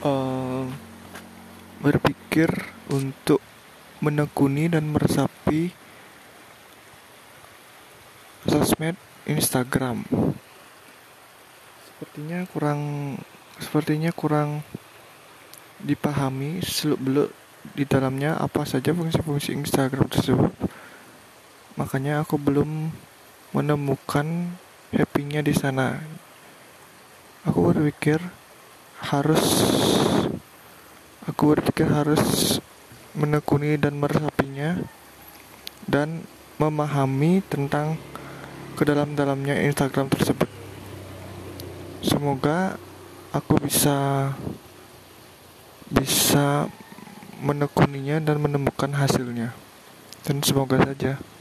eh, berpikir untuk menekuni dan meresapi sosmed Instagram. Sepertinya kurang dipahami seluk-beluk di dalamnya apa saja fungsi-fungsi Instagram tersebut. Makanya aku belum menemukan happy-nya di sana. Aku berpikir harus menekuni dan meresapinya dan memahami tentang kedalam-dalamnya Instagram tersebut. Semoga aku bisa menekuninya dan menemukan hasilnya. Dan semoga saja.